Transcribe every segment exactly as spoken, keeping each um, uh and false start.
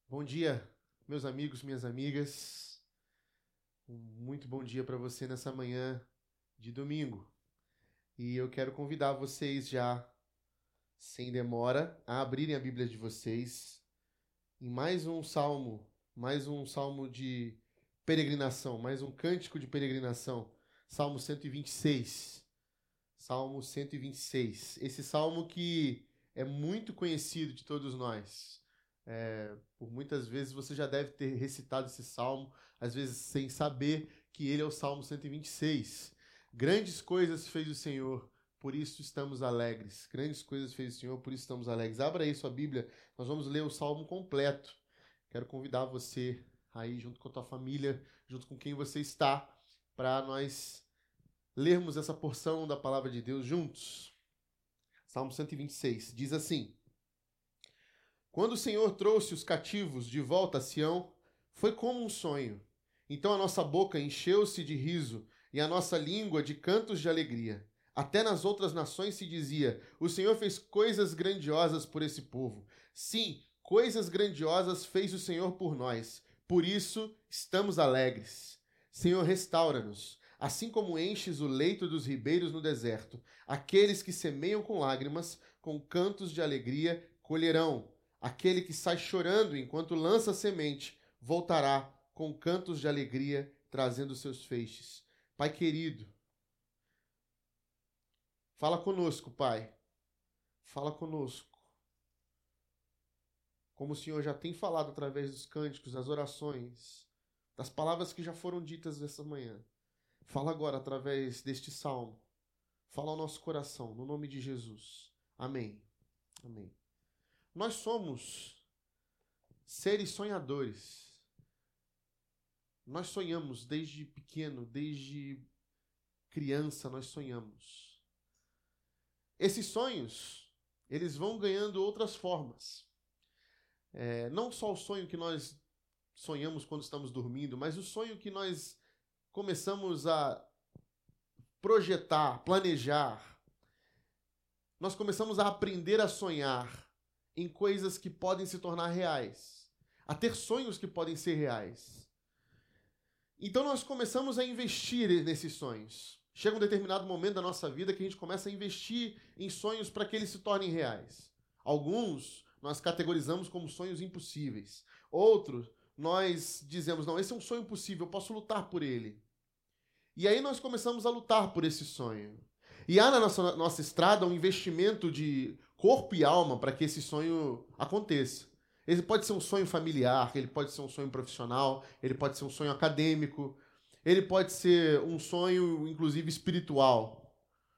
Bom dia, meus amigos, minhas amigas. Um muito bom dia para você nessa manhã de domingo. E eu quero convidar vocês já, sem demora, a abrirem a Bíblia de vocês em mais um salmo, mais um salmo de peregrinação, mais um cântico de peregrinação, Salmo cento e vinte e seis. Salmo cento e vinte e seis. Esse salmo que é muito conhecido de todos nós. É, por muitas vezes você já deve ter recitado esse salmo, às vezes sem saber que ele é o Salmo cento e vinte e seis. Grandes coisas fez o Senhor, por isso estamos alegres. Grandes coisas fez o Senhor, por isso estamos alegres. Abra aí sua Bíblia, nós vamos ler o salmo completo. Quero convidar você aí, junto com a tua família, junto com quem você está, para nós lermos essa porção da palavra de Deus juntos. Salmo cento e vinte e seis diz assim: Quando o Senhor trouxe os cativos de volta a Sião, foi como um sonho. Então a nossa boca encheu-se de riso e a nossa língua de cantos de alegria. Até nas outras nações se dizia: o Senhor fez coisas grandiosas por esse povo. Sim, coisas grandiosas fez o Senhor por nós. Por isso estamos alegres. Senhor, restaura-nos, assim como enches o leito dos ribeiros no deserto. Aqueles que semeiam com lágrimas, com cantos de alegria, colherão. Aquele que sai chorando enquanto lança semente, voltará com cantos de alegria, trazendo seus feixes. Pai querido, fala conosco, Pai. Fala conosco. Como o Senhor já tem falado através dos cânticos, das orações, das palavras que já foram ditas essa manhã. Fala agora através deste salmo. Fala ao nosso coração, no nome de Jesus. Amém. Amém. Nós somos seres sonhadores. Nós sonhamos desde pequeno, desde criança nós sonhamos. Esses sonhos, eles vão ganhando outras formas. É, não só o sonho que nós sonhamos quando estamos dormindo, mas o sonho que nós começamos a projetar, planejar. Nós começamos a aprender a sonhar em coisas que podem se tornar reais, a ter sonhos que podem ser reais. Então nós começamos a investir nesses sonhos. Chega um determinado momento da nossa vida que a gente começa a investir em sonhos para que eles se tornem reais. Alguns nós categorizamos como sonhos impossíveis. Outros nós dizemos, não, esse é um sonho possível, eu posso lutar por ele. E aí nós começamos a lutar por esse sonho. E há na nossa, nossa estrada um investimento de corpo e alma para que esse sonho aconteça. Ele pode ser um sonho familiar, ele pode ser um sonho profissional, ele pode ser um sonho acadêmico, ele pode ser um sonho, inclusive, espiritual.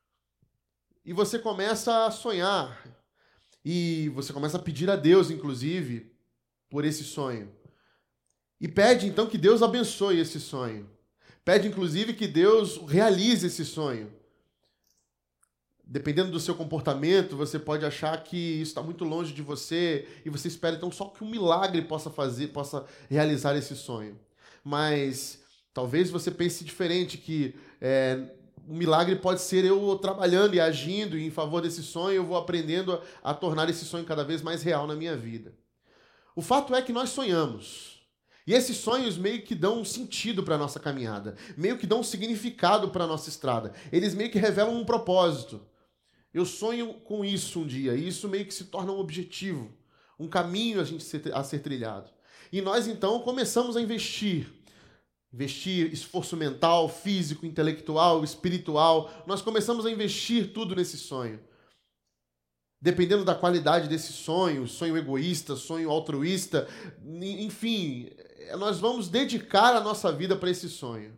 E você começa a sonhar, e você começa a pedir a Deus, inclusive, por esse sonho. E pede, então, que Deus abençoe esse sonho. Pede, inclusive, que Deus realize esse sonho. Dependendo do seu comportamento, você pode achar que isso está muito longe de você e você espera então só que um milagre possa fazer, possa realizar esse sonho. Mas talvez você pense diferente, que é, um milagre pode ser eu trabalhando e agindo em favor desse sonho, eu vou aprendendo a, a tornar esse sonho cada vez mais real na minha vida. O fato é que nós sonhamos. E esses sonhos meio que dão um sentido para a nossa caminhada, meio que dão um significado para a nossa estrada. Eles meio que revelam um propósito. Eu sonho com isso um dia, e isso meio que se torna um objetivo, um caminho a, gente ser, a ser trilhado. E nós, então, começamos a investir. Investir esforço mental, físico, intelectual, espiritual. Nós começamos a investir tudo nesse sonho. Dependendo da qualidade desse sonho, sonho egoísta, sonho altruísta, enfim, nós vamos dedicar a nossa vida para esse sonho.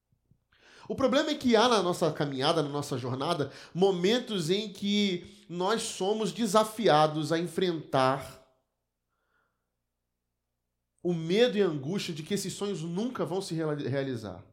O problema é que há na nossa caminhada, na nossa jornada, momentos em que nós somos desafiados a enfrentar o medo e a angústia de que esses sonhos nunca vão se realizar.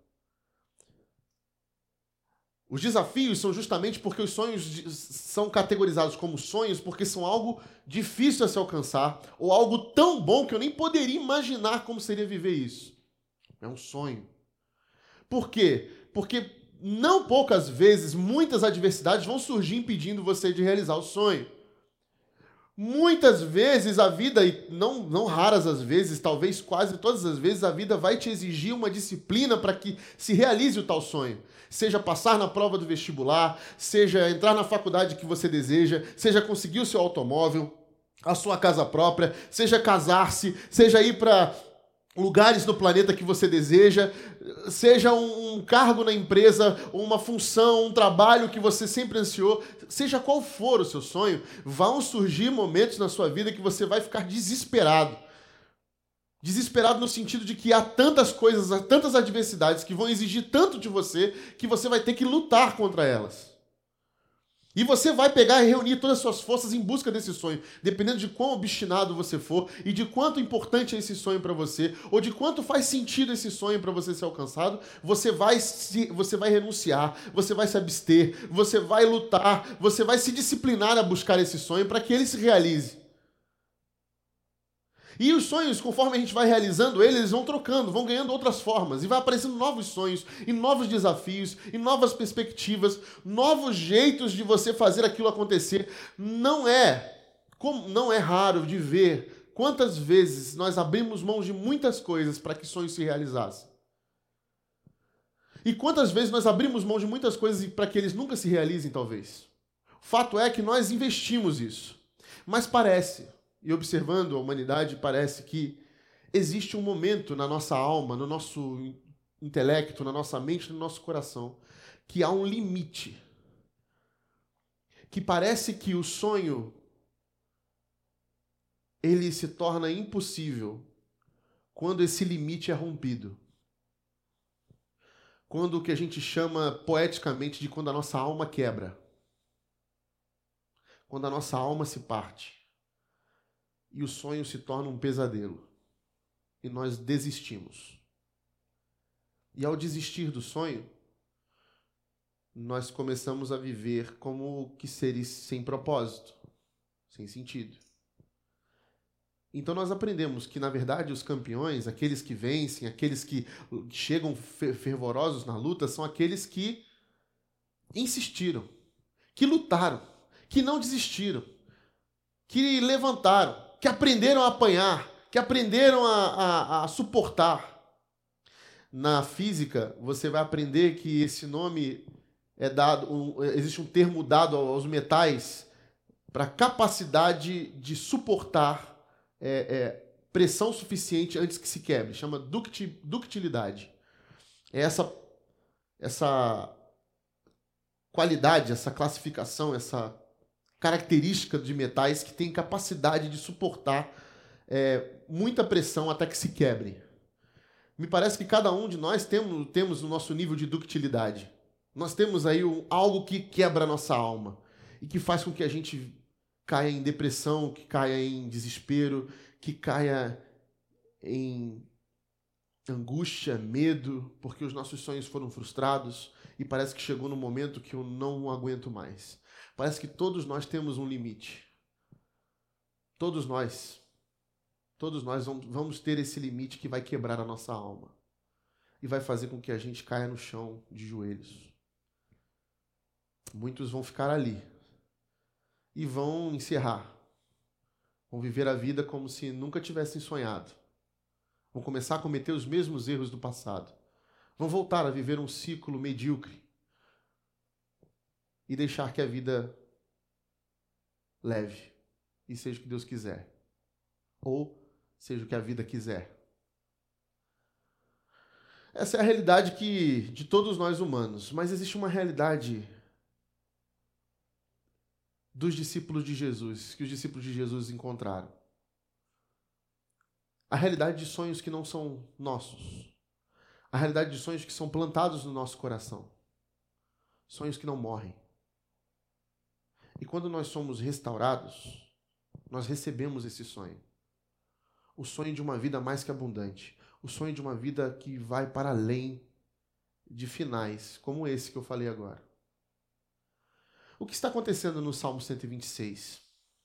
Os desafios são justamente porque os sonhos são categorizados como sonhos porque são algo difícil a se alcançar ou algo tão bom que eu nem poderia imaginar como seria viver isso. É um sonho. Por quê? Porque não poucas vezes, muitas adversidades vão surgir impedindo você de realizar o sonho. Muitas vezes a vida, e não, não raras as vezes, talvez quase todas as vezes, a vida vai te exigir uma disciplina para que se realize o tal sonho. Seja passar na prova do vestibular, seja entrar na faculdade que você deseja, seja conseguir o seu automóvel, a sua casa própria, seja casar-se, seja ir para lugares no planeta que você deseja, seja um, um cargo na empresa, uma função, um trabalho que você sempre ansiou, seja qual for o seu sonho, vão surgir momentos na sua vida que você vai ficar desesperado. Desesperado no sentido de que há tantas coisas, há tantas adversidades que vão exigir tanto de você que você vai ter que lutar contra elas. E você vai pegar e reunir todas as suas forças em busca desse sonho, dependendo de quão obstinado você for e de quanto importante é esse sonho para você, ou de quanto faz sentido esse sonho para você ser alcançado, você vai, se, você vai renunciar, você vai se abster, você vai lutar, você vai se disciplinar a buscar esse sonho para que ele se realize. E os sonhos, conforme a gente vai realizando eles, eles vão trocando, vão ganhando outras formas. E vai aparecendo novos sonhos, e novos desafios, e novas perspectivas, novos jeitos de você fazer aquilo acontecer. Não é, como, não é raro de ver quantas vezes nós abrimos mão de muitas coisas para que sonhos se realizassem. E quantas vezes nós abrimos mão de muitas coisas para que eles nunca se realizem, talvez. O fato é que nós investimos isso. Mas parece... E observando a humanidade, parece que existe um momento na nossa alma, no nosso intelecto, na nossa mente, no nosso coração, que há um limite. Que parece que o sonho, ele se torna impossível quando esse limite é rompido. Quando o que a gente chama poeticamente de quando a nossa alma quebra. Quando a nossa alma se parte. E o sonho se torna um pesadelo. E nós desistimos. E ao desistir do sonho, nós começamos a viver como que seres sem propósito, sem sentido. Então nós aprendemos que, na verdade, os campeões, aqueles que vencem, aqueles que chegam fervorosos na luta, são aqueles que insistiram, que lutaram, que não desistiram, que levantaram, que aprenderam a apanhar, que aprenderam a, a, a suportar. Na física, você vai aprender que esse nome é dado, um, existe um termo dado aos metais para capacidade de suportar é, é, pressão suficiente antes que se quebre. Chama ducti, ductilidade. É essa, essa qualidade, essa classificação, essa característica de metais que tem capacidade de suportar é, muita pressão até que se quebre. Me parece que cada um de nós temos, temos o nosso nível de ductilidade. Nós temos aí um, algo que quebra a nossa alma e que faz com que a gente caia em depressão, que caia em desespero, que caia em angústia, medo, porque os nossos sonhos foram frustrados e parece que chegou no momento que eu não aguento mais. Parece que todos nós temos um limite. Todos nós. Todos nós vamos ter esse limite que vai quebrar a nossa alma. E vai fazer com que a gente caia no chão de joelhos. Muitos vão ficar ali. E vão encerrar. Vão viver a vida como se nunca tivessem sonhado. Vão começar a cometer os mesmos erros do passado. Vão voltar a viver um ciclo medíocre. E deixar que a vida leve e seja o que Deus quiser. Ou seja o que a vida quiser. Essa é a realidade que, de todos nós humanos. Mas existe uma realidade dos discípulos de Jesus, que os discípulos de Jesus encontraram. A realidade de sonhos que não são nossos. A realidade de sonhos que são plantados no nosso coração. Sonhos que não morrem. E quando nós somos restaurados, nós recebemos esse sonho. O sonho de uma vida mais que abundante. O sonho de uma vida que vai para além de finais, como esse que eu falei agora. O que está acontecendo no Salmo cento e vinte e seis?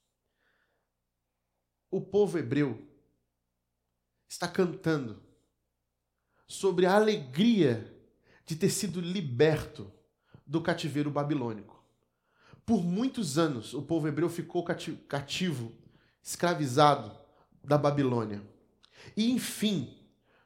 O povo hebreu está cantando sobre a alegria de ter sido liberto do cativeiro babilônico. Por muitos anos, o povo hebreu ficou cativo escravizado da Babilônia. E enfim,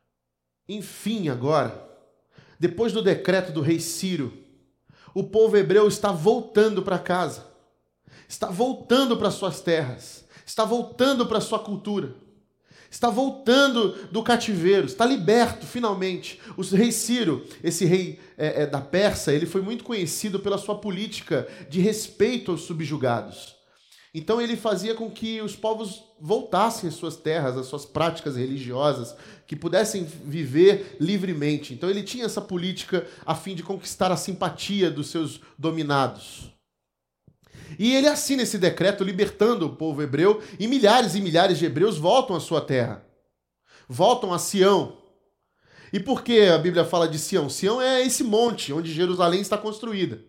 enfim agora, depois do decreto do rei Ciro, o povo hebreu está voltando para casa, está voltando para suas terras, está voltando para sua cultura, está voltando do cativeiro, está liberto finalmente. O rei Ciro, esse rei é, é, da Pérsia, ele foi muito conhecido pela sua política de respeito aos subjugados. Então ele fazia com que os povos voltassem às suas terras, às suas práticas religiosas, que pudessem viver livremente. Então ele tinha essa política a fim de conquistar a simpatia dos seus dominados. E ele assina esse decreto libertando o povo hebreu, e milhares e milhares de hebreus voltam à sua terra. Voltam a Sião. E por que a Bíblia fala de Sião? Sião é esse monte onde Jerusalém está construída.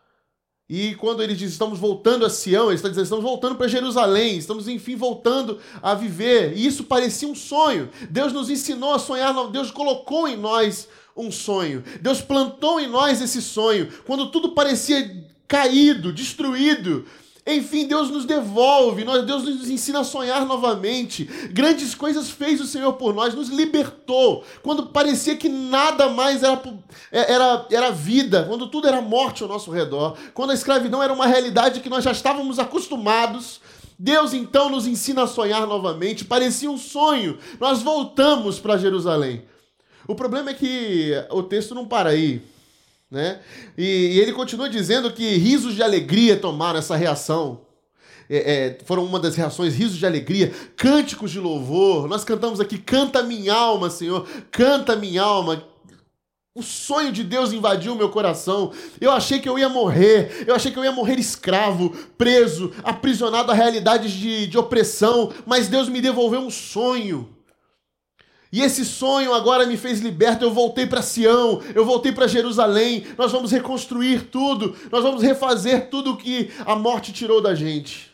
E quando ele diz estamos voltando a Sião, ele está dizendo estamos voltando para Jerusalém, estamos enfim voltando a viver. E isso parecia um sonho. Deus nos ensinou a sonhar, Deus colocou em nós um sonho. Deus plantou em nós esse sonho. Quando tudo parecia caído, destruído, enfim, Deus nos devolve, Deus nos ensina a sonhar novamente. Grandes coisas fez o Senhor por nós, nos libertou. Quando parecia que nada mais era, era, era vida, quando tudo era morte ao nosso redor, quando a escravidão era uma realidade que nós já estávamos acostumados, Deus então nos ensina a sonhar novamente. Parecia um sonho, nós voltamos para Jerusalém. O problema é que o texto não para aí. Né? E, e ele continua dizendo que risos de alegria tomaram essa reação. É, é, foram uma das reações, risos de alegria, cânticos de louvor. Nós cantamos aqui, canta minha alma, Senhor, canta minha alma. O sonho de Deus invadiu o meu coração. Eu achei que eu ia morrer, eu achei que eu ia morrer escravo, preso, aprisionado a realidades de, de opressão, mas Deus me devolveu um sonho. E esse sonho agora me fez liberto. Eu voltei para Sião, eu voltei para Jerusalém. Nós vamos reconstruir tudo, nós vamos refazer tudo o que a morte tirou da gente.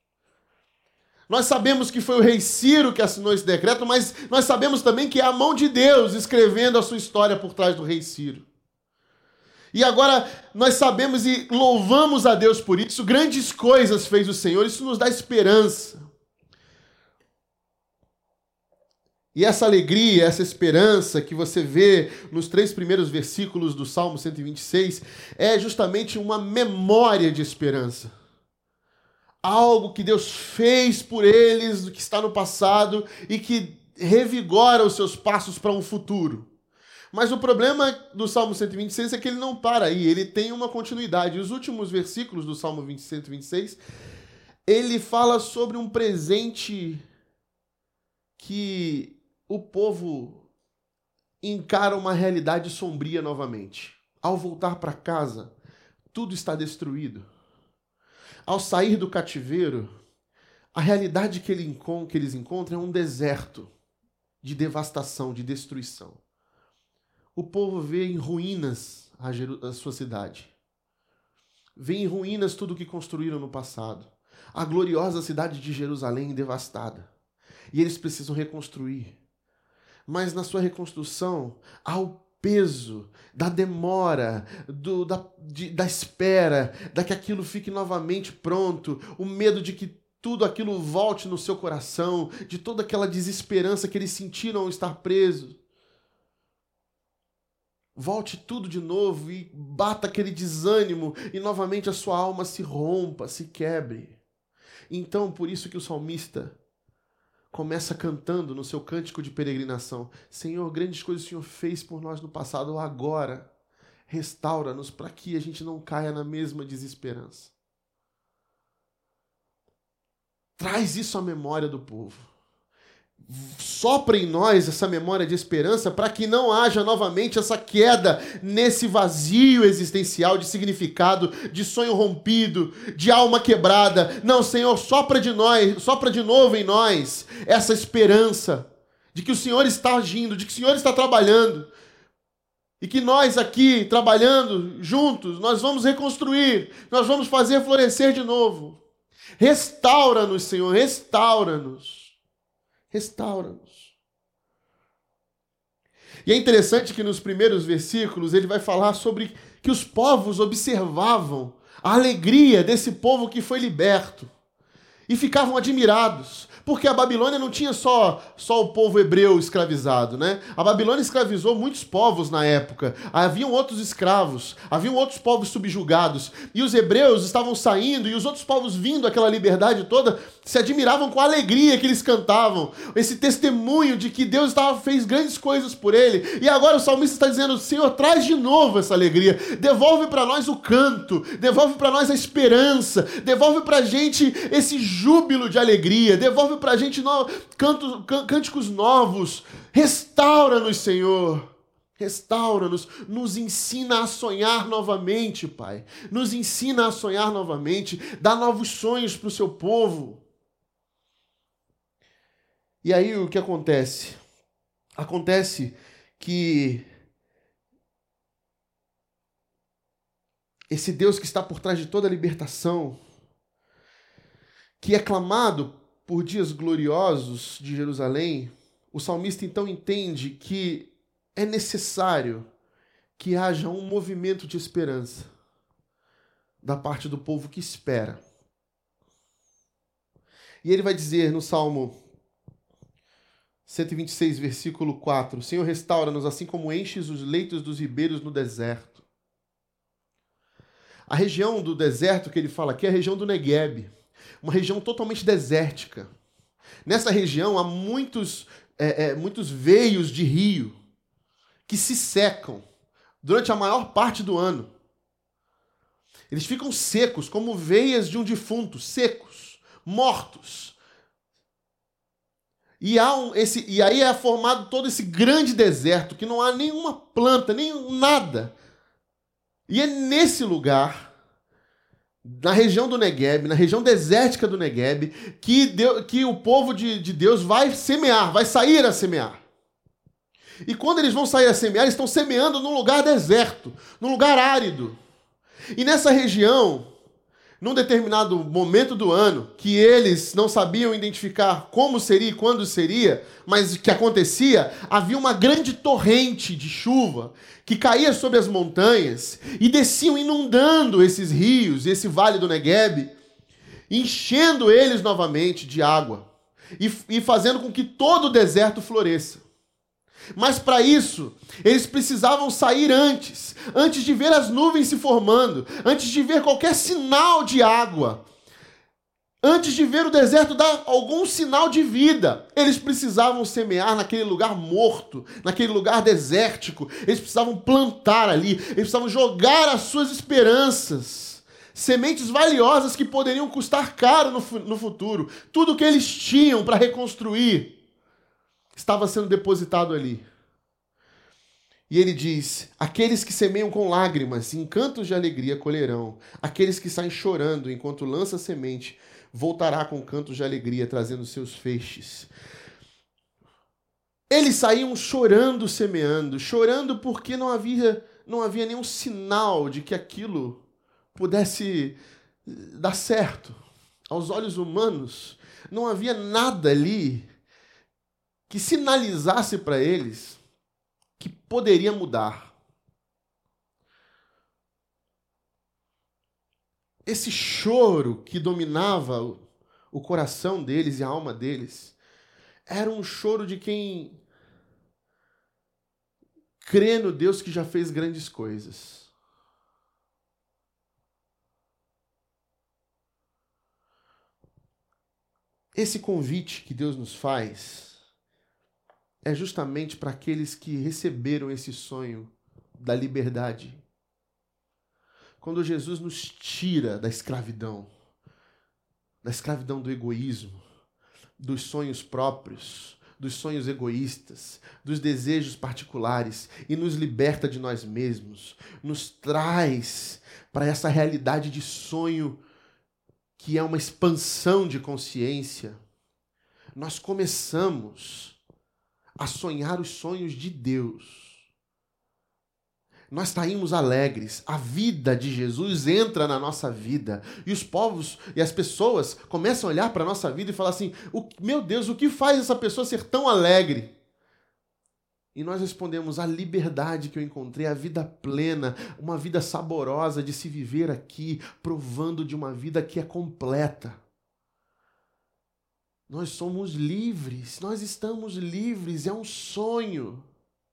Nós sabemos que foi o rei Ciro que assinou esse decreto, mas nós sabemos também que é a mão de Deus escrevendo a sua história por trás do rei Ciro. E agora nós sabemos e louvamos a Deus por isso. Grandes coisas fez o Senhor, isso nos dá esperança. E essa alegria, essa esperança que você vê nos três primeiros versículos do Salmo cento e vinte e seis é justamente uma memória de esperança. Algo que Deus fez por eles, que está no passado e que revigora os seus passos para um futuro. Mas o problema do Salmo cento e vinte e seis é que ele não para aí, ele tem uma continuidade. Os últimos versículos do Salmo cento e vinte e seis, ele fala sobre um presente que o povo encara uma realidade sombria novamente. Ao voltar para casa, tudo está destruído. Ao sair do cativeiro, a realidade que, ele, que eles encontram é um deserto de devastação, de destruição. O povo vê em ruínas a, a sua cidade. Vê em ruínas tudo o que construíram no passado. A gloriosa cidade de Jerusalém devastada. E eles precisam reconstruir. Mas na sua reconstrução há o peso da demora, do, da, de, da espera, da que aquilo fique novamente pronto, o medo de que tudo aquilo volte no seu coração, de toda aquela desesperança que eles sentiram ao estar presos. Volte tudo de novo e bata aquele desânimo e novamente a sua alma se rompa, se quebre. Então, por isso que o salmista começa cantando no seu cântico de peregrinação: Senhor, grandes coisas o Senhor fez por nós no passado, agora restaura-nos para que a gente não caia na mesma desesperança. Traz isso à memória do povo. Sopra em nós essa memória de esperança para que não haja novamente essa queda nesse vazio existencial de significado, de sonho rompido, de alma quebrada. Não, Senhor, sopra de nós, sopra de novo em nós essa esperança de que o Senhor está agindo, de que o Senhor está trabalhando. E que nós aqui, trabalhando juntos, nós vamos reconstruir, nós vamos fazer florescer de novo. Restaura-nos, Senhor, restaura-nos. Restaura-nos. E é interessante que nos primeiros versículos ele vai falar sobre que os povos observavam a alegria desse povo que foi liberto. e ficavam admirados, porque a Babilônia não tinha só, só o povo hebreu escravizado, né? A Babilônia escravizou muitos povos na época. Haviam outros escravos, haviam outros povos subjugados, e os hebreus estavam saindo, e os outros povos vindo aquela liberdade toda, se admiravam com a alegria que eles cantavam, esse testemunho de que Deus estava, fez grandes coisas por ele. E agora o salmista está dizendo: Senhor, traz de novo essa alegria, devolve para nós o canto, devolve para nós a esperança, devolve para a gente esse júbilo de alegria, devolve para a gente no, canto, can, cânticos novos. Restaura-nos, Senhor. Restaura-nos, nos ensina a sonhar novamente, Pai. Nos ensina a sonhar novamente, dá novos sonhos para o seu povo. E aí o que acontece? Acontece que esse Deus que está por trás de toda a libertação, que é clamado por dias gloriosos de Jerusalém, o salmista então entende que é necessário que haja um movimento de esperança da parte do povo que espera. E ele vai dizer no Salmo cento e vinte e seis, versículo quatro: Senhor, restaura-nos assim como enches os leitos dos ribeiros no deserto. A região do deserto que ele fala aqui é a região do Negueb, uma região totalmente desértica. Nessa região há muitos, é, é, muitos veios de rio que se secam durante a maior parte do ano. Eles ficam secos, como veias de um defunto, secos, mortos. E, há um, esse, e aí é formado todo esse grande deserto, que não há nenhuma planta, nem nada. E é nesse lugar, na região do Negueb, na região desértica do Negueb, que, Deus, que o povo de, de Deus vai semear, vai sair a semear. E quando eles vão sair a semear, eles estão semeando num lugar deserto, num lugar árido. E nessa região, num determinado momento do ano, que eles não sabiam identificar como seria e quando seria, mas o que acontecia, havia uma grande torrente de chuva que caía sobre as montanhas e desciam inundando esses rios, esse vale do Negueb, enchendo eles novamente de água e, e fazendo com que todo o deserto floresça. Mas para isso, eles precisavam sair antes, antes de ver as nuvens se formando, antes de ver qualquer sinal de água, antes de ver o deserto dar algum sinal de vida. Eles precisavam semear naquele lugar morto, naquele lugar desértico. Eles precisavam plantar ali, eles precisavam jogar as suas esperanças, sementes valiosas que poderiam custar caro no, no futuro. Tudo que eles tinham para reconstruir estava sendo depositado ali. E ele diz: aqueles que semeiam com lágrimas, em cantos de alegria colherão. Aqueles que saem chorando enquanto lança semente, voltará com cantos de alegria, trazendo seus feixes. Eles saíam chorando, semeando, chorando porque não havia, não havia nenhum sinal de que aquilo pudesse dar certo. Aos olhos humanos, não havia nada ali que sinalizasse para eles que poderia mudar. Esse choro que dominava o coração deles e a alma deles era um choro de quem crê no Deus que já fez grandes coisas. Esse convite que Deus nos faz é justamente para aqueles que receberam esse sonho da liberdade. Quando Jesus nos tira da escravidão, da escravidão do egoísmo, dos sonhos próprios, dos sonhos egoístas, dos desejos particulares e nos liberta de nós mesmos, nos traz para essa realidade de sonho que é uma expansão de consciência, nós começamos a sonhar os sonhos de Deus. Nós saímos alegres. A vida de Jesus entra na nossa vida. E os povos e as pessoas começam a olhar para a nossa vida e falar assim: meu Deus, o que faz essa pessoa ser tão alegre? E nós respondemos: a liberdade que eu encontrei, a vida plena, uma vida saborosa de se viver aqui, provando de uma vida que é completa. Nós somos livres, nós estamos livres, é um sonho.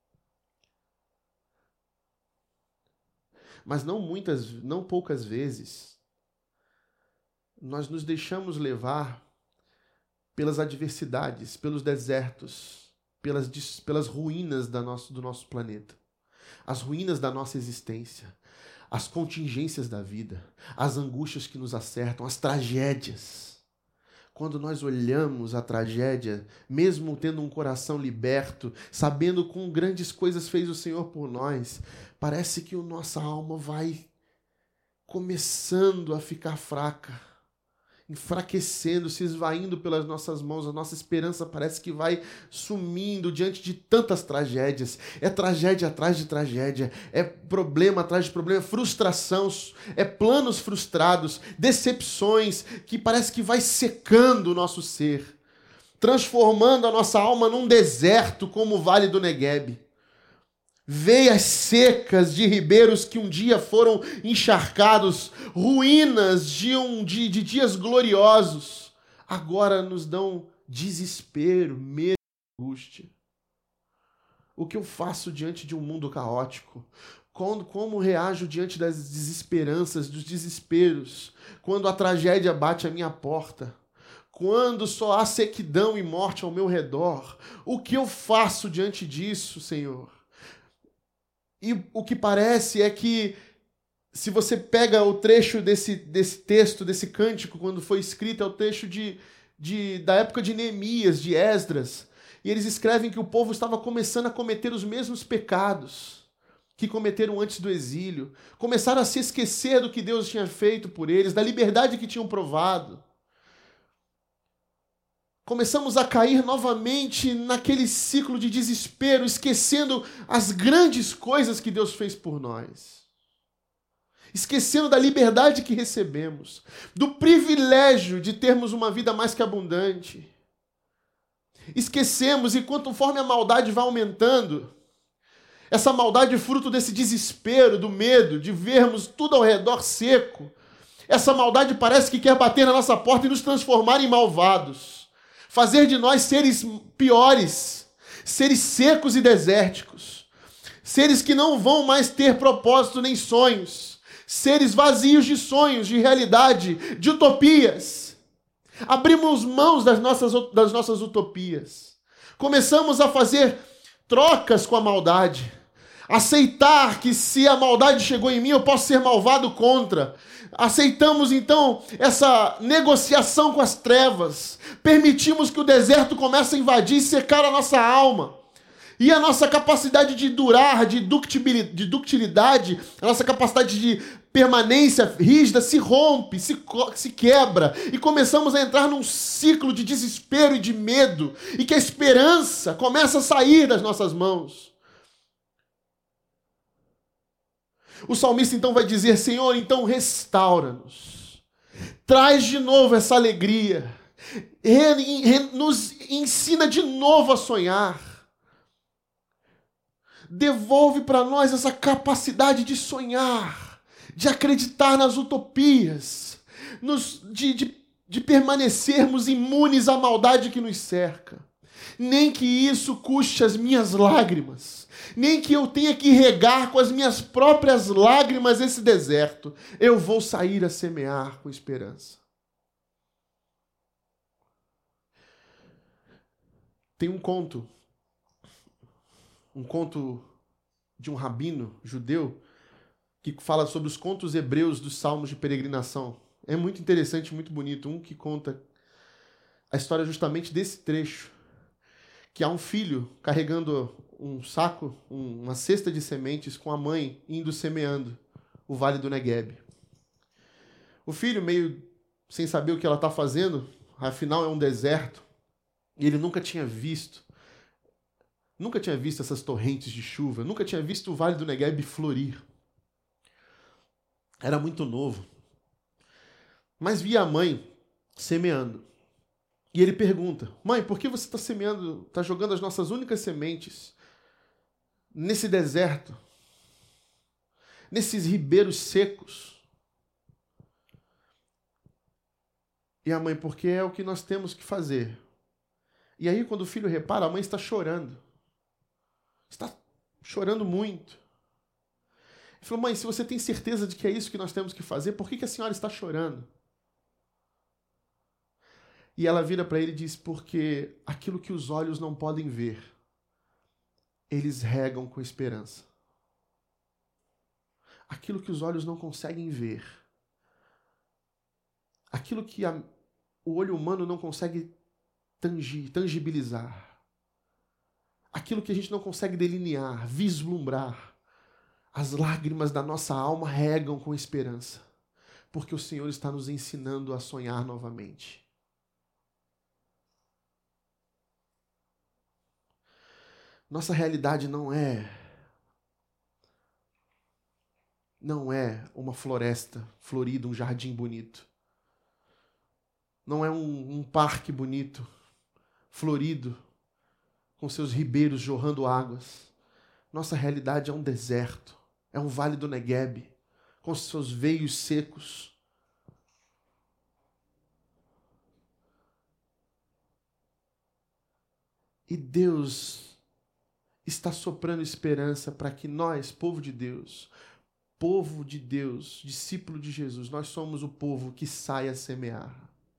Mas não muitas, não poucas vezes, nós nos deixamos levar pelas adversidades, pelos desertos, pelas, pelas ruínas da nosso, do nosso planeta, as ruínas da nossa existência, as contingências da vida, as angústias que nos acertam, as tragédias. Quando nós olhamos a tragédia, mesmo tendo um coração liberto, sabendo quão grandes coisas fez o Senhor por nós, parece que a nossa alma vai começando a ficar fraca, enfraquecendo, se esvaindo pelas nossas mãos. A nossa esperança parece que vai sumindo diante de tantas tragédias. É tragédia atrás de tragédia, é problema atrás de problema, é frustração, é planos frustrados, decepções que parece que vai secando o nosso ser, transformando a nossa alma num deserto como o Vale do Neguebe. Veias secas de ribeiros que um dia foram encharcados, ruínas de, um, de, de dias gloriosos, agora nos dão desespero, medo e angústia. O que eu faço diante de um mundo caótico? Como, como reajo diante das desesperanças, dos desesperos, quando a tragédia bate à minha porta? Quando só há sequidão e morte ao meu redor? O que eu faço diante disso, Senhor? E o que parece é que, se você pega o trecho desse, desse texto, desse cântico, quando foi escrito, é o trecho de, de, da época de Neemias, de Esdras, e eles escrevem que o povo estava começando a cometer os mesmos pecados que cometeram antes do exílio. Começaram a se esquecer do que Deus tinha feito por eles, da liberdade que tinham provado. Começamos a cair novamente naquele ciclo de desespero, esquecendo as grandes coisas que Deus fez por nós. Esquecendo da liberdade que recebemos, do privilégio de termos uma vida mais que abundante. Esquecemos, e conforme a maldade vai aumentando, essa maldade é fruto desse desespero, do medo, de vermos tudo ao redor seco. Essa maldade parece que quer bater na nossa porta e nos transformar em malvados. Fazer de nós seres piores, seres secos e desérticos, seres que não vão mais ter propósito nem sonhos, seres vazios de sonhos, de realidade, de utopias. Abrimos mãos das nossas, das nossas utopias. Começamos a fazer trocas com a maldade. Aceitar que se a maldade chegou em mim, eu posso ser malvado contra. Aceitamos, então, essa negociação com as trevas. Permitimos que o deserto comece a invadir e secar a nossa alma. E a nossa capacidade de durar, de ductilidade, a nossa capacidade de permanência rígida se rompe, se, se quebra. E começamos a entrar num ciclo de desespero e de medo. E que a esperança começa a sair das nossas mãos. O salmista então vai dizer: Senhor, então restaura-nos. Traz de novo essa alegria. Re, re, nos ensina de novo a sonhar. Devolve para nós essa capacidade de sonhar, de acreditar nas utopias, nos, de, de, de permanecermos imunes à maldade que nos cerca. Nem que isso custe as minhas lágrimas, nem que eu tenha que regar com as minhas próprias lágrimas esse deserto. Eu vou sair a semear com esperança. Tem um conto, um conto de um rabino judeu, que fala sobre os contos hebreus dos salmos de peregrinação. É muito interessante, muito bonito. Um que conta a história justamente desse trecho, que há um filho carregando um saco, um, uma cesta de sementes com a mãe indo semeando o Vale do Neguebe. O filho, meio sem saber o que ela está fazendo, afinal é um deserto, e ele nunca tinha visto, nunca tinha visto essas torrentes de chuva, nunca tinha visto o Vale do Neguebe florir. Era muito novo. Mas via a mãe semeando. E ele pergunta: mãe, por que você está semeando, está jogando as nossas únicas sementes nesse deserto, nesses ribeiros secos? E a mãe: porque é o que nós temos que fazer E aí, quando o filho repara, a mãe está chorando. Está chorando muito. Ele falou, mãe, se você tem certeza de que é isso que nós temos que fazer, por que, que a senhora está chorando? E ela vira para ele e diz, porque aquilo que os olhos não podem ver, eles regam com esperança. Aquilo que os olhos não conseguem ver, aquilo que a, o olho humano não consegue tangir, tangibilizar, aquilo que a gente não consegue delinear, vislumbrar, as lágrimas da nossa alma regam com esperança, porque o Senhor está nos ensinando a sonhar novamente. Nossa realidade não é não é uma floresta florida, um jardim bonito. Não é um, um parque bonito, florido, com seus ribeiros jorrando águas. Nossa realidade é um deserto, é um vale do Negueb, com seus veios secos. E Deus está soprando esperança para que nós, povo de Deus, povo de Deus, discípulo de Jesus, nós somos o povo que sai a semear.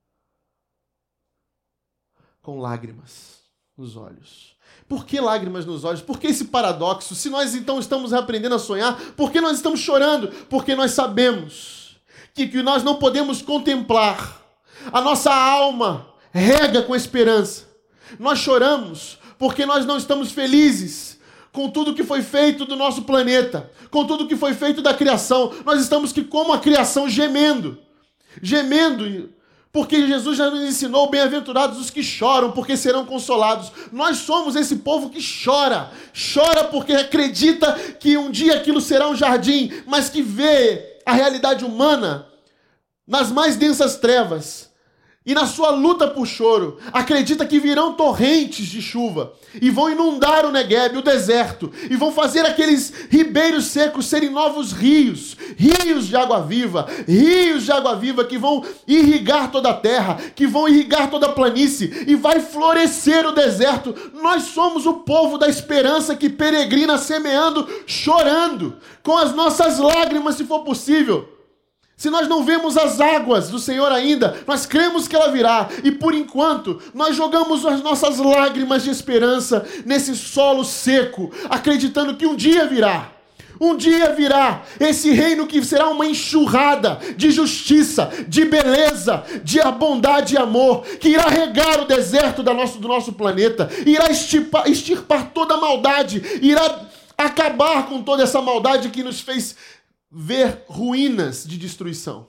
Com lágrimas nos olhos. Por que lágrimas nos olhos? Por que esse paradoxo? Se nós então estamos aprendendo a sonhar, por que nós estamos chorando? Porque nós sabemos que, que nós não podemos contemplar. A nossa alma rega com esperança. Nós choramos porque nós não estamos felizes com tudo que foi feito do nosso planeta, com tudo que foi feito da criação. Nós estamos que como a criação gemendo, gemendo, porque Jesus já nos ensinou, bem-aventurados os que choram, porque serão consolados. Nós somos esse povo que chora, chora porque acredita que um dia aquilo será um jardim, mas que vê a realidade humana nas mais densas trevas. E na sua luta por choro, acredita que virão torrentes de chuva e vão inundar o Negueb, o deserto, e vão fazer aqueles ribeiros secos serem novos rios, rios de água viva, rios de água viva que vão irrigar toda a terra, que vão irrigar toda a planície e vai florescer o deserto. Nós somos o povo da esperança que peregrina semeando, chorando, com as nossas lágrimas, se for possível. Se nós não vemos as águas do Senhor ainda, nós cremos que ela virá. E por enquanto, nós jogamos as nossas lágrimas de esperança nesse solo seco, acreditando que um dia virá. Um dia virá esse reino que será uma enxurrada de justiça, de beleza, de bondade e amor, que irá regar o deserto do nosso, do nosso planeta, irá extirpar, extirpar toda a maldade, irá acabar com toda essa maldade que nos fez ver ruínas de destruição.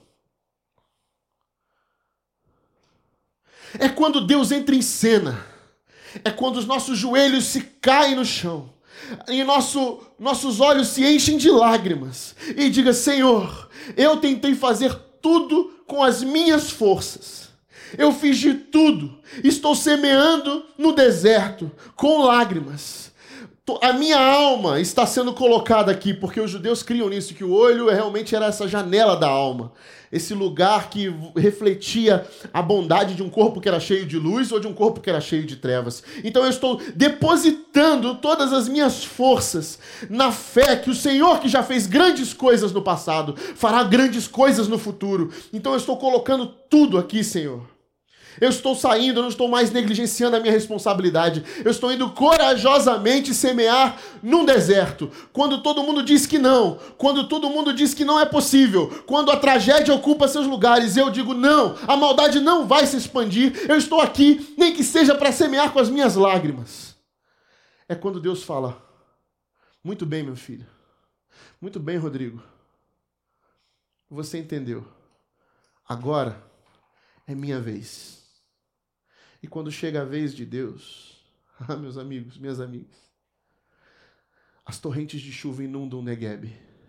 É quando Deus entra em cena. É quando os nossos joelhos se caem no chão. E nosso, nossos olhos se enchem de lágrimas. E diga, Senhor, eu tentei fazer tudo com as minhas forças. Eu fiz de tudo. Estou semeando no deserto com lágrimas. A minha alma está sendo colocada aqui, porque os judeus criam nisso, que o olho realmente era essa janela da alma. Esse lugar que refletia a bondade de um corpo que era cheio de luz ou de um corpo que era cheio de trevas. Então eu estou depositando todas as minhas forças na fé que o Senhor, que já fez grandes coisas no passado, fará grandes coisas no futuro. Então eu estou colocando tudo aqui, Senhor. Eu estou saindo, eu não estou mais negligenciando a minha responsabilidade. Eu estou indo corajosamente semear num deserto. Quando todo mundo diz que não, quando todo mundo diz que não é possível, quando a tragédia ocupa seus lugares, eu digo não, a maldade não vai se expandir. Eu estou aqui, nem que seja para semear com as minhas lágrimas. É quando Deus fala, muito bem, meu filho. Muito bem, Rodrigo. Você entendeu. Agora é minha vez. E quando chega a vez de Deus, ah, meus amigos, minhas amigas, as torrentes de chuva inundam o Negueb.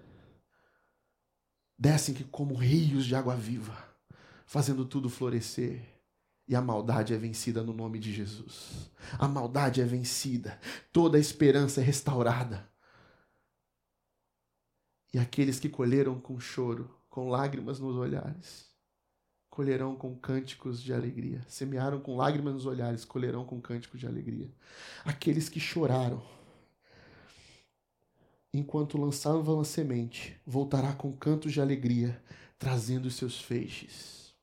Descem como rios de água viva, fazendo tudo florescer. E a maldade é vencida no nome de Jesus. A maldade é vencida. Toda a esperança é restaurada. E aqueles que colheram com choro, com lágrimas nos olhares, colherão com cânticos de alegria. Semearam com lágrimas nos olhares, colherão com cânticos de alegria. Aqueles que choraram enquanto lançavam a semente, voltará com cantos de alegria, trazendo os seus feixes.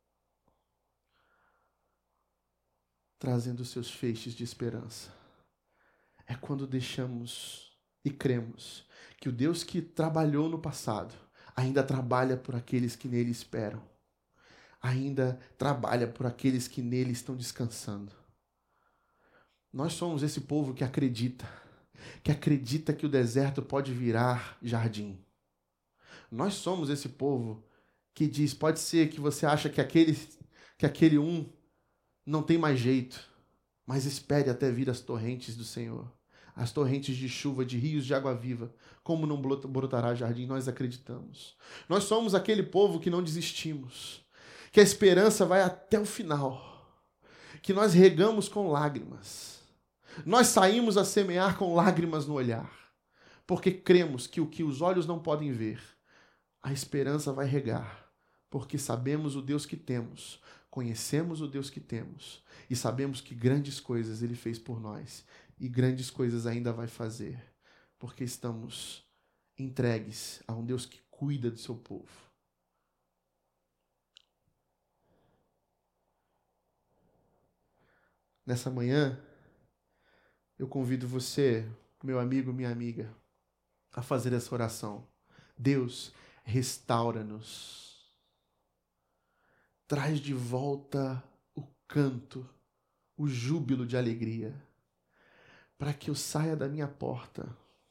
Trazendo os seus feixes de esperança. É quando deixamos e cremos que o Deus que trabalhou no passado ainda trabalha por aqueles que nele esperam. Ainda trabalha por aqueles que nele estão descansando. Nós somos esse povo que acredita, que acredita que o deserto pode virar jardim. Nós somos esse povo que diz, pode ser que você acha que aquele, que aquele um não tem mais jeito, mas espere até vir as torrentes do Senhor, as torrentes de chuva, de rios de água viva. Como não brotará jardim? Nós acreditamos. Nós somos aquele povo que não desistimos, que a esperança vai até o final, que nós regamos com lágrimas. Nós saímos a semear com lágrimas no olhar, porque cremos que o que os olhos não podem ver, a esperança vai regar, porque sabemos o Deus que temos, conhecemos o Deus que temos e sabemos que grandes coisas Ele fez por nós e grandes coisas ainda vai fazer, porque estamos entregues a um Deus que cuida do seu povo. Nessa manhã, eu convido você, meu amigo, minha amiga, a fazer essa oração. Deus, restaura-nos. Traz de volta o canto, o júbilo de alegria, para que eu saia da minha porta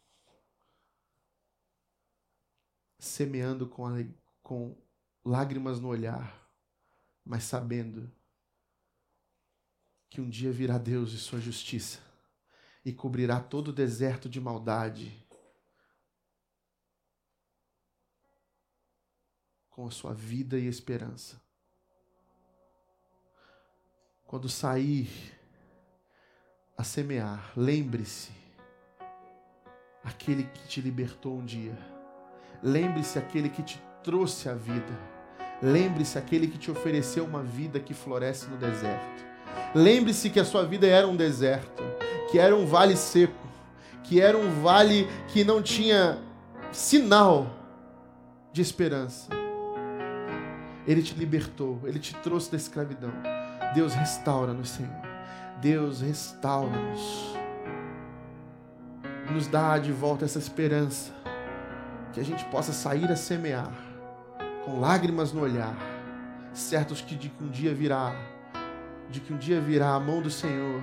semeando com, ale... com lágrimas no olhar, mas sabendo que um dia virá Deus e sua justiça e cobrirá todo o deserto de maldade com a sua vida e esperança. Quando sair a semear, lembre-se aquele que te libertou um dia. Lembre-se aquele que te trouxe a vida. Lembre-se aquele que te ofereceu uma vida que floresce no deserto. Lembre-se que a sua vida era um deserto, que era um vale seco, que era um vale que não tinha sinal de esperança. Ele te libertou, Ele te trouxe da escravidão. Deus, restaura-nos, Senhor. Deus, restaura-nos. Nos dá de volta essa esperança, que a gente possa sair a semear, com lágrimas no olhar, certos que de que um dia virá, de que um dia virá a mão do Senhor,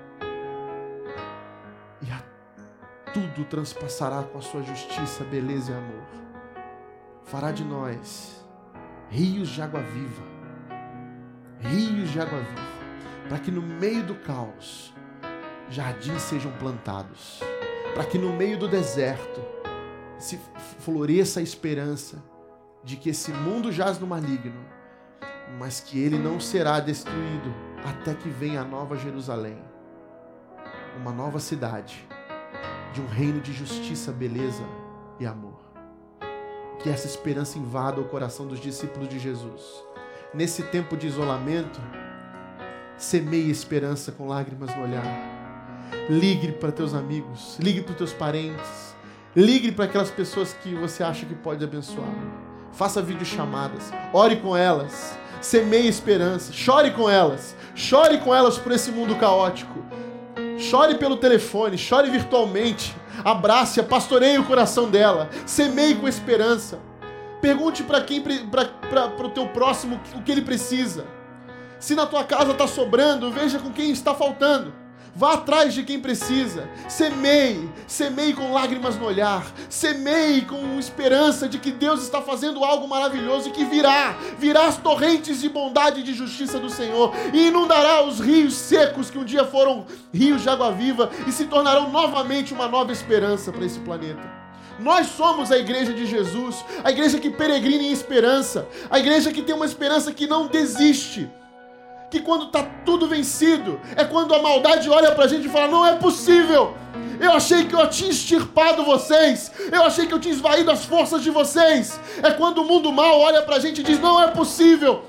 e a tudo transpassará com a sua justiça, beleza e amor. Fará de nós rios de água viva, rios de água viva, para que no meio do caos, jardins sejam plantados, para que no meio do deserto, se floresça a esperança de que esse mundo jaz no maligno, mas que ele não será destruído até que venha a nova Jerusalém, uma nova cidade, de um reino de justiça, beleza e amor. Que essa esperança invada o coração dos discípulos de Jesus. Nesse tempo de isolamento, semeie esperança com lágrimas no olhar. Ligue para teus amigos, ligue para os teus parentes, ligue para aquelas pessoas que você acha que pode abençoar. Faça videochamadas, ore com elas, semeie esperança, chore com elas, chore com elas por esse mundo caótico. Chore pelo telefone, chore virtualmente, abrace-a, pastoreie o coração dela, semeie com esperança. Pergunte para quem, para o teu próximo o que ele precisa. Se na tua casa está sobrando, veja com quem está faltando. Vá atrás de quem precisa. Semeie, semeie com lágrimas no olhar. Semeie com esperança de que Deus está fazendo algo maravilhoso e que virá. Virá as torrentes de bondade e de justiça do Senhor e inundará os rios secos que um dia foram rios de água viva e se tornarão novamente uma nova esperança para esse planeta. Nós somos a igreja de Jesus, a igreja que peregrina em esperança, a igreja que tem uma esperança que não desiste. Que quando está tudo vencido, é quando a maldade olha para a gente e fala, não é possível, eu achei que eu tinha extirpado vocês, eu achei que eu tinha esvaído as forças de vocês. É quando o mundo mal olha para a gente e diz, não é possível,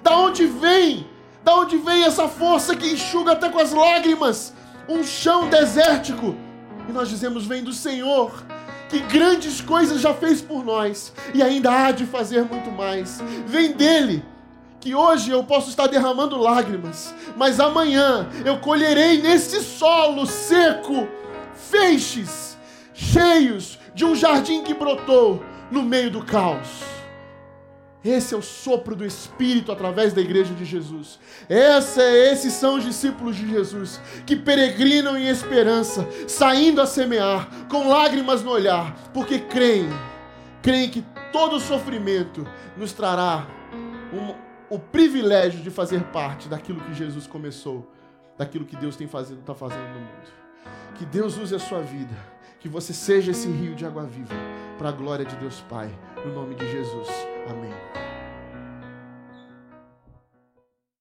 Da onde vem? Da onde vem essa força que enxuga até com as lágrimas um chão desértico? E nós dizemos, vem do Senhor, que grandes coisas já fez por nós e ainda há de fazer muito mais. Vem dele, que hoje eu posso estar derramando lágrimas, mas amanhã eu colherei nesse solo seco feixes cheios de um jardim que brotou no meio do caos. Esse é o sopro do Espírito através da igreja de Jesus. Essa, esses são os discípulos de Jesus, que peregrinam em esperança, saindo a semear, com lágrimas no olhar, porque creem, creem que todo sofrimento nos trará um, o privilégio de fazer parte daquilo que Jesus começou, daquilo que Deus tem fazendo, está fazendo no mundo. Que Deus use a sua vida, que você seja esse rio de água viva, para a glória de Deus Pai, no nome de Jesus. Amém.